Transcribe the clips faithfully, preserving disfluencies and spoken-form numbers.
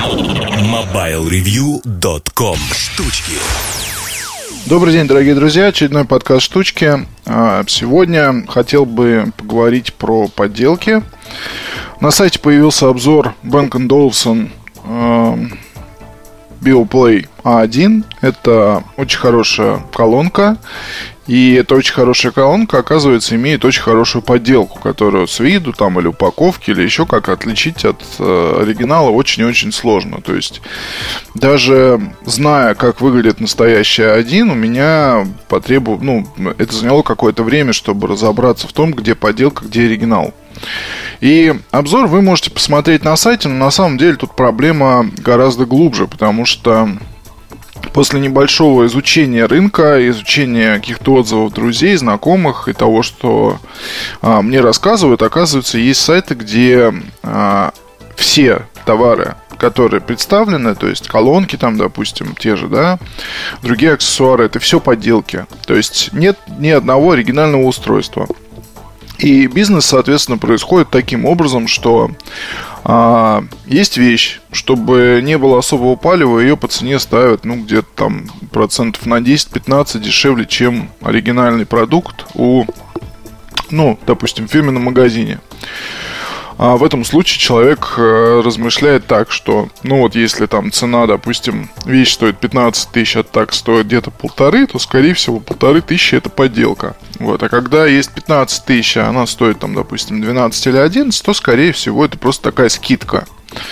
мобайл ревью точка ком. Штучки. Добрый день, дорогие друзья. Очередной подкаст «Штучки». Сегодня хотел бы поговорить про подделки. На сайте появился обзор Bang энд Olufsen BioPlay а один. Это очень хорошая колонка. И эта очень хорошая колонка, оказывается, имеет очень хорошую подделку, которую с виду там, или упаковки, или еще как отличить от э, оригинала очень и очень сложно. То есть, даже зная, как выглядит настоящий а один, у меня потребу... ну, это заняло какое-то время, чтобы разобраться в том, где подделка, где оригинал. И обзор вы можете посмотреть на сайте, но на самом деле тут проблема гораздо глубже, потому что после небольшого изучения рынка, изучения каких-то отзывов друзей, знакомых и того, что а, мне рассказывают, оказывается, есть сайты, где а, все товары, которые представлены, то есть колонки там, допустим, те же, да, другие аксессуары, это все подделки. То есть нет ни одного оригинального устройства. И бизнес, соответственно, происходит таким образом, что а, есть вещь, чтобы не было особого палева, ее по цене ставят, ну, где-то там процентов на десять-пятнадцать дешевле, чем оригинальный продукт у, ну, допустим, в фирменном магазине. А в этом случае человек э, размышляет так, что, ну вот если там цена, допустим, вещь стоит пятнадцать тысяч, а так стоит где-то полторы, то, скорее всего, полторы тысячи это подделка. Вот. А когда есть пятнадцать тысяч, а она стоит там, допустим, двенадцать или одиннадцать, то, скорее всего, это просто такая скидка.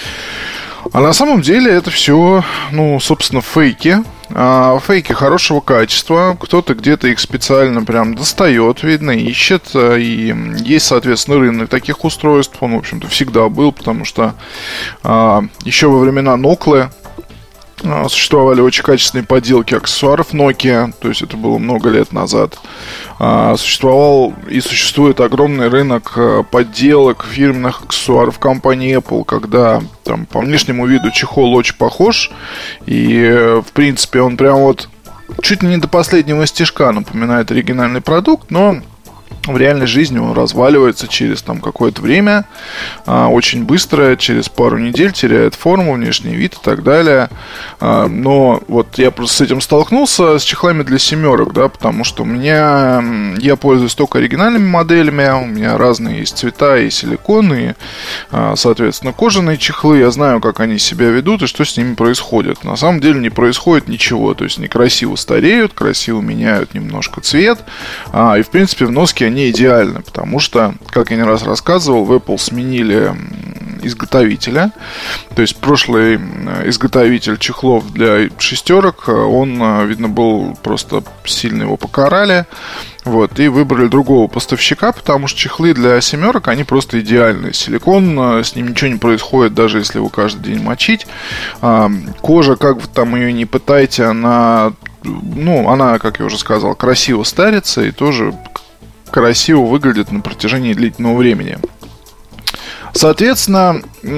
А на самом деле это все, ну, собственно, фейки. А, фейки хорошего качества. Кто-то где-то их специально прям достает, видно, ищет. И есть, соответственно, рынок таких устройств. Он, в общем-то, всегда был, потому что а, еще во времена Nokia существовали очень качественные подделки аксессуаров Nokia, то есть это было много лет назад. Существовал и существует огромный рынок подделок фирменных аксессуаров компании Apple, когда там по внешнему виду чехол очень похож, и в принципе он прям вот чуть ли не до последнего стежка напоминает оригинальный продукт, но в реальной жизни он разваливается через там какое-то время, а, очень быстро, через пару недель теряет форму, внешний вид и так далее. А, но вот я просто с этим столкнулся, с чехлами для семерок, да, потому что у меня, я пользуюсь только оригинальными моделями, у меня разные есть цвета, и силикон, и, а, соответственно, кожаные чехлы. Я знаю, как они себя ведут и что с ними происходит. На самом деле не происходит ничего, то есть они красиво стареют, красиво меняют немножко цвет, а, и в принципе в носке они не идеально, потому что, как я не раз рассказывал, в Apple сменили изготовителя. То есть прошлый изготовитель чехлов для шестерок, он, видно, был просто сильно его покарали. Вот, и выбрали другого поставщика, потому что чехлы для семерок, они просто идеальные. Силикон, с ним ничего не происходит, даже если его каждый день мочить. Кожа, как вы там ее не пытаете, она, ну, она, как я уже сказал, красиво старится и тоже красиво выглядит на протяжении длительного времени. Соответственно,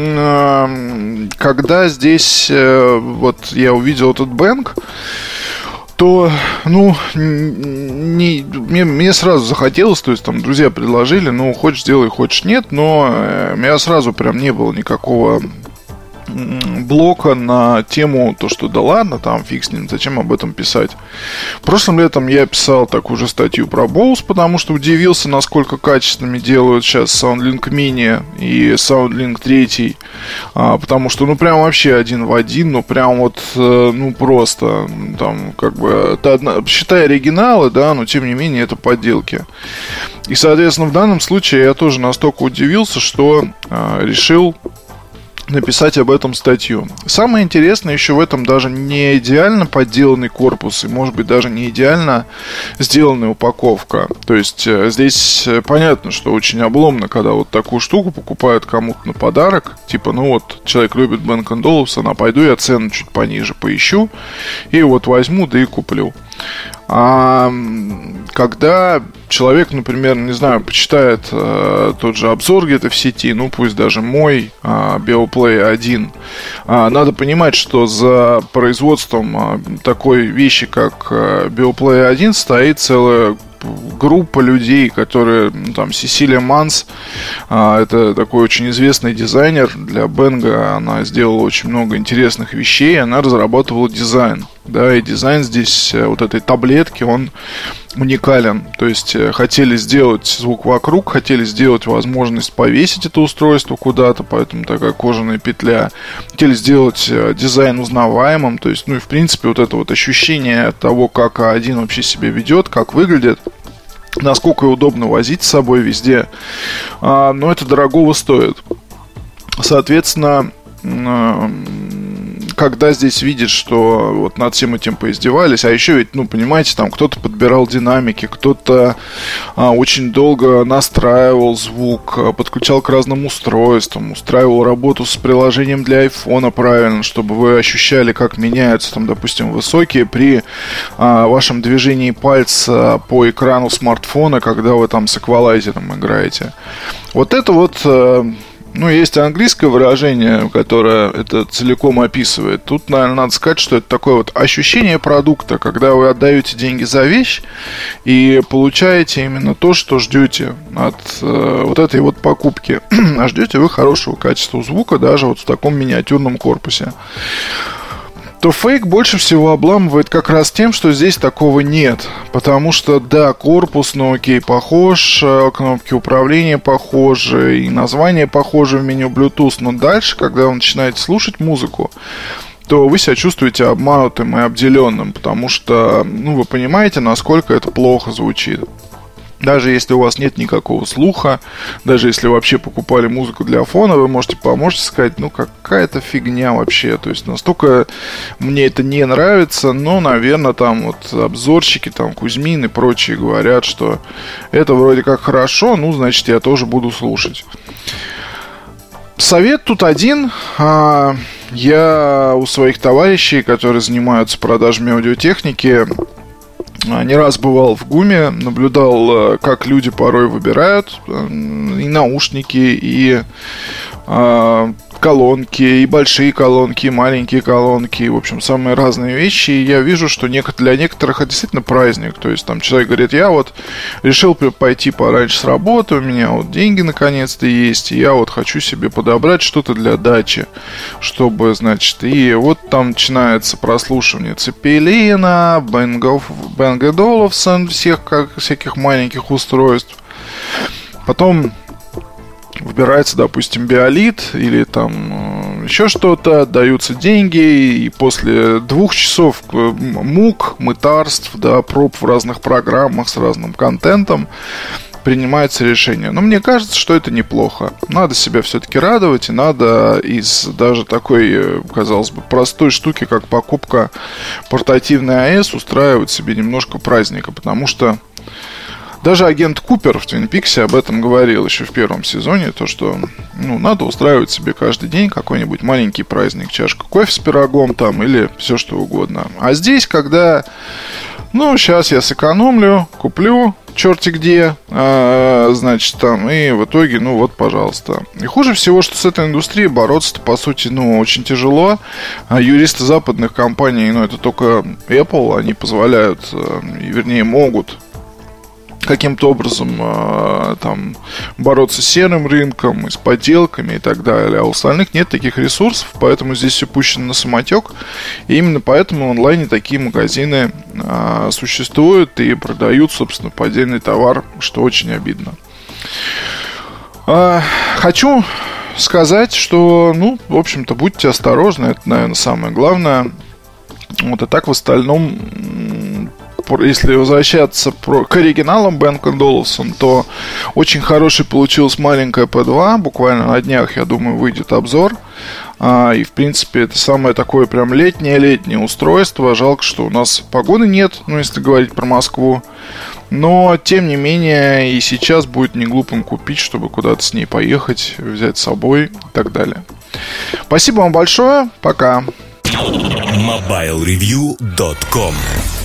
когда здесь вот я увидел этот Bang, то, ну, не, мне, мне сразу захотелось, то есть там друзья предложили, ну, хочешь делай, хочешь нет, но у меня сразу прям не было никакого блока на тему то, что да ладно, там фиг с ним, зачем об этом писать. Прошлым летом я писал такую же статью про Bose, потому что удивился, насколько качественными делают сейчас SoundLink Mini и SoundLink три, а, потому что, ну, прям вообще один в один, ну, прям вот, ну, просто, там, как бы, это одна, считай оригиналы, да, но, тем не менее, это подделки. И, соответственно, в данном случае я тоже настолько удивился, что а, решил написать об этом статью. Самое интересное еще в этом даже не идеально подделанный корпус и, может быть, даже не идеально сделанная упаковка. То есть здесь понятно, что очень обломно, когда вот такую штуку покупают кому-то на подарок. Типа, ну вот, человек любит Bang энд Olufsen, а пойду я цену чуть пониже поищу и вот возьму, да и куплю. А когда человек, например, не знаю, почитает э, тот же обзор где-то в сети, ну пусть даже мой э, BioPlay один, э, надо понимать, что за производством э, такой вещи, как э, BioPlay один, стоит целая группа людей, которые, ну, там, Сесилия Манс, а, это такой очень известный дизайнер для Bang, она сделала очень много интересных вещей, она разрабатывала дизайн, да, и дизайн здесь, вот этой таблетки, он уникален, то есть хотели сделать звук вокруг, хотели сделать возможность повесить это устройство куда-то, поэтому такая кожаная петля, хотели сделать дизайн узнаваемым, то есть, ну и в принципе вот это вот ощущение того, как а один вообще себя ведет, как выглядит, насколько удобно возить с собой везде, а, но это дорогого стоит. Соответственно, когда здесь видишь, что вот над всем этим поиздевались, а еще ведь, ну, понимаете, там кто-то подбирал динамики, кто-то а, очень долго настраивал звук, подключал к разным устройствам, устраивал работу с приложением для айфона правильно, чтобы вы ощущали, как меняются, там, допустим, высокие при а, вашем движении пальца по экрану смартфона, когда вы там с эквалайзером играете. Вот это вот... Ну, есть английское выражение, которое это целиком описывает. Тут, наверное, надо сказать, что это такое вот ощущение продукта, когда вы отдаете деньги за вещь и получаете именно то, что ждете от э, вот этой вот покупки. А ждете вы хорошего качества звука даже вот в таком миниатюрном корпусе. То фейк больше всего обламывает как раз тем, что здесь такого нет. Потому что, да, корпус, ну окей, похож, кнопки управления похожи, и название похоже в меню Bluetooth. Но дальше, когда вы начинаете слушать музыку, то вы себя чувствуете обманутым и обделенным. Потому что, ну, вы понимаете, насколько это плохо звучит. Даже если у вас нет никакого слуха, даже если вы вообще покупали музыку для фона, вы можете помочь сказать, ну, какая-то фигня вообще. То есть настолько мне это не нравится, но, наверное, там вот обзорщики, там Кузьмин и прочие говорят, что это вроде как хорошо, ну, значит, я тоже буду слушать. Совет тут один. Я у своих товарищей, которые занимаются продажами аудиотехники, не раз бывал в ГУМе, наблюдал, как люди порой выбирают и наушники, и э, колонки, и большие колонки, и маленькие колонки, в общем, самые разные вещи. И я вижу, что для некоторых это действительно праздник. То есть там человек говорит, я вот решил пойти пораньше с работы, у меня вот деньги наконец-то есть, и я вот хочу себе подобрать что-то для дачи, чтобы, значит, и вот там начинается прослушивание Цепелина, Бенг энд Олufsen, всех как, всяких маленьких устройств. Потом выбирается, допустим, биолит или там еще что-то, отдаются деньги, и после двух часов мук, мытарств, да, проб в разных программах с разным контентом принимается решение. Но мне кажется, что это неплохо. Надо себя все-таки радовать, и надо из даже такой, казалось бы, простой штуки, как покупка портативной эй эс, устраивать себе немножко праздника, потому что даже агент Купер в Твин Пиксе об этом говорил еще в первом сезоне, то, что, ну, надо устраивать себе каждый день какой-нибудь маленький праздник, чашка кофе с пирогом там или все что угодно. А здесь, когда, ну, сейчас я сэкономлю, куплю черти где, а, значит, там, и в итоге, ну, вот, пожалуйста. И хуже всего, что с этой индустрией бороться-то, по сути, ну, очень тяжело. А юристы западных компаний, ну, это только Apple, они позволяют, вернее, могут каким-то образом э, там бороться с серым рынком, и с подделками и так далее. А у остальных нет таких ресурсов, поэтому здесь все пущено на самотек. И именно поэтому в онлайне такие магазины э, существуют и продают, собственно, поддельный товар, что очень обидно. Э, хочу сказать, что, ну, в общем-то, будьте осторожны, это, наверное, самое главное. Вот, и так в остальном, если возвращаться к оригиналам Bang энд Olufsen, то очень хороший получилась маленькая пи два. Буквально на днях, я думаю, выйдет обзор. И, в принципе, это самое такое прям летнее-летнее устройство. Жалко, что у нас погоды нет, ну, если говорить про Москву. Но, тем не менее, и сейчас будет не глупым купить, чтобы куда-то с ней поехать, взять с собой и так далее. Спасибо вам большое. Пока. мобайл ревью точка ком